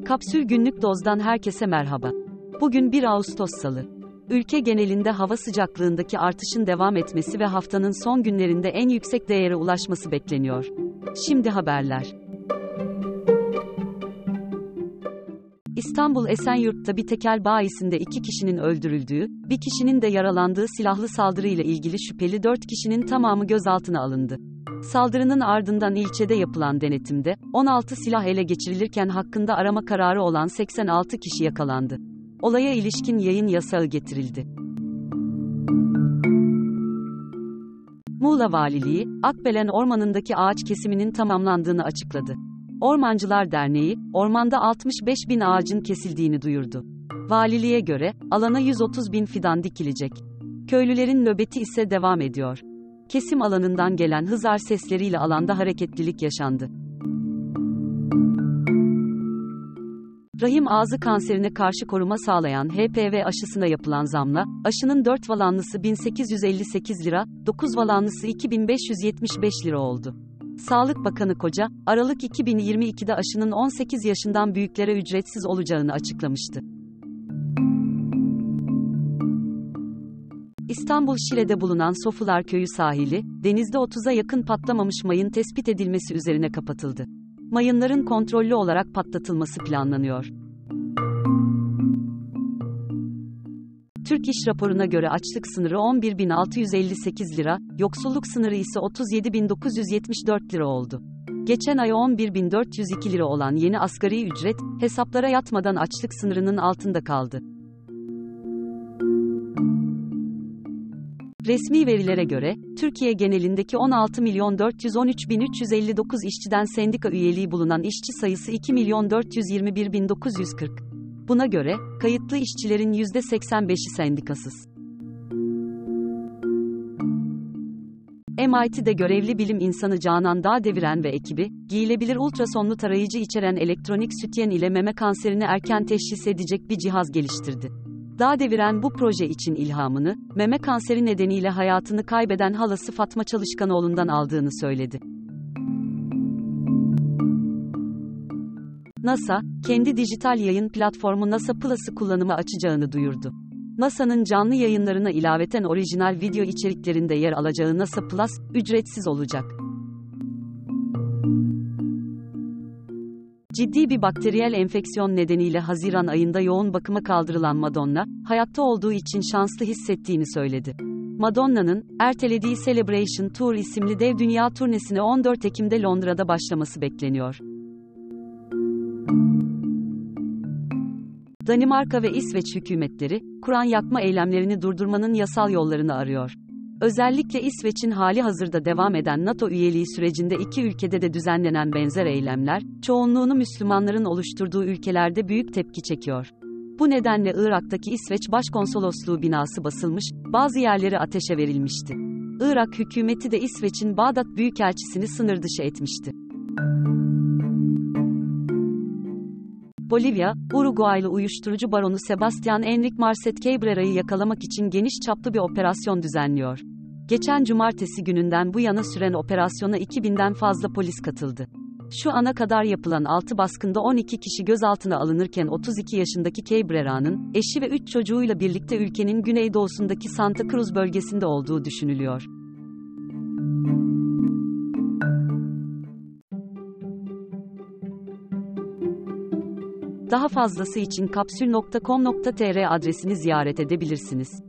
Kapsül Günlük Doz'dan herkese merhaba. Bugün 1 Ağustos Salı. Ülke genelinde hava sıcaklığındaki artışın devam etmesi ve haftanın son günlerinde en yüksek değere ulaşması bekleniyor. Şimdi haberler. İstanbul Esenyurt'ta bir tekel bayisinde 2 kişinin öldürüldüğü, bir kişinin de yaralandığı silahlı saldırıyla ilgili şüpheli 4 kişinin tamamı gözaltına alındı. Saldırının ardından ilçede yapılan denetimde, 16 silah ele geçirilirken hakkında arama kararı olan 86 kişi yakalandı. Olaya ilişkin yayın yasağı getirildi. Muğla Valiliği, Akbelen Ormanı'ndaki ağaç kesiminin tamamlandığını açıkladı. Ormancılar Derneği, ormanda 65.000 ağacın kesildiğini duyurdu. Valiliğe göre, alana 130.000 fidan dikilecek. Köylülerin nöbeti ise devam ediyor. Kesim alanından gelen hızar sesleriyle alanda hareketlilik yaşandı. Rahim ağzı kanserine karşı koruma sağlayan HPV aşısına yapılan zamla, aşının 4 valanlısı 1858 lira, 9 valanlısı 2575 lira oldu. Sağlık Bakanı Koca, Aralık 2022'de aşının 18 yaşından büyüklere ücretsiz olacağını açıklamıştı. İstanbul Şile'de bulunan Sofular Köyü sahili, denizde 30'a yakın patlamamış mayın tespit edilmesi üzerine kapatıldı. Mayınların kontrollü olarak patlatılması planlanıyor. Türk İş raporuna göre açlık sınırı 11.658 lira, yoksulluk sınırı ise 37.974 lira oldu. Geçen ay 11.402 lira olan yeni asgari ücret, hesaplara yatmadan açlık sınırının altında kaldı. Resmi verilere göre, Türkiye genelindeki 16.413.359 işçiden sendika üyeliği bulunan işçi sayısı 2.421.940. Buna göre, kayıtlı işçilerin %85'i sendikasız. MIT'de görevli bilim insanı Canan Dağdeviren ve ekibi, giyilebilir ultrasonlu tarayıcı içeren elektronik sütyen ile meme kanserini erken teşhis edecek bir cihaz geliştirdi. Dağdeviren bu proje için ilhamını, meme kanseri nedeniyle hayatını kaybeden halası Fatma Çalışkanoğlu'ndan aldığını söyledi. NASA, kendi dijital yayın platformu NASA Plus'ı kullanıma açacağını duyurdu. NASA'nın canlı yayınlarına ilaveten orijinal video içeriklerinde yer alacağı NASA Plus, ücretsiz olacak. Ciddi bir bakteriyel enfeksiyon nedeniyle Haziran ayında yoğun bakıma kaldırılan Madonna, hayatta olduğu için şanslı hissettiğini söyledi. Madonna'nın, ertelediği Celebration Tour isimli dev dünya turnesine 14 Ekim'de Londra'da başlaması bekleniyor. Danimarka ve İsveç hükümetleri, Kur'an yakma eylemlerini durdurmanın yasal yollarını arıyor. Özellikle İsveç'in hali hazırda devam eden NATO üyeliği sürecinde iki ülkede de düzenlenen benzer eylemler, çoğunluğunu Müslümanların oluşturduğu ülkelerde büyük tepki çekiyor. Bu nedenle Irak'taki İsveç Başkonsolosluğu binası basılmış, bazı yerleri ateşe verilmişti. Irak hükümeti de İsveç'in Bağdat Büyükelçisini sınır dışı etmişti. Bolivya, Uruguaylı uyuşturucu baronu Sebastián Enrique Marcet Cabrera'yı yakalamak için geniş çaplı bir operasyon düzenliyor. Geçen cumartesi gününden bu yana süren operasyona 2000'den fazla polis katıldı. Şu ana kadar yapılan 6 baskında 12 kişi gözaltına alınırken 32 yaşındaki Cabrera'nın, eşi ve 3 çocuğuyla birlikte ülkenin güneydoğusundaki Santa Cruz bölgesinde olduğu düşünülüyor. Daha fazlası için kapsül.com.tr adresini ziyaret edebilirsiniz.